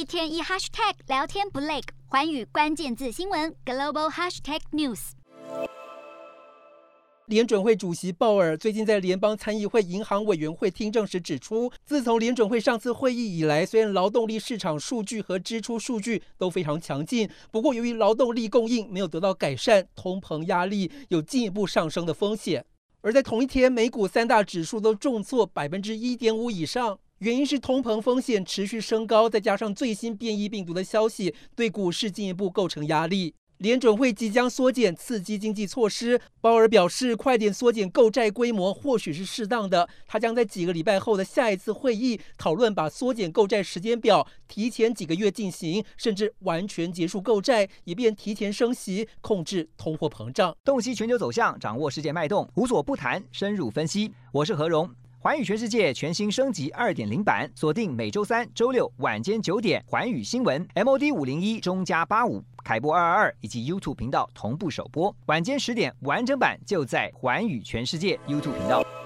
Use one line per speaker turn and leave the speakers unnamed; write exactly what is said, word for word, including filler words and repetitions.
天一 hashtag 聊天不累，寰宇关键字新闻 global hashtag news。
联准会主席鲍尔最近在联邦参议会银行委员会听证时指出，自从联准会上次会议以来，虽然劳动力市场数据和支出数据都非常强劲，不过由于劳动力供应没有得到改善，通膨压力有进一步上升的风险。而在同一天，美股三大指数都重挫百分之一点五以上，原因是通膨风险持续升高，再加上最新变异病毒的消息，对股市进一步构成压力。联准会即将缩减刺激经济措施，鲍尔表示，快点缩减购债规模或许是适当的。他将在几个礼拜后的下一次会议讨论把缩减购债时间表提前几个月进行，甚至完全结束购债，以便提前升息，控制通货膨胀。
洞悉全球走向，掌握世界脉动，无所不谈，深入分析。我是何荣。寰宇全世界全新升级 二点零 版，锁定每周三、周六晚间九点，寰宇新闻 M O D 五零一中加八五凯播二二二以及 YouTube 频道同步首播，晚间十点完整版就在寰宇全世界 YouTube 频道。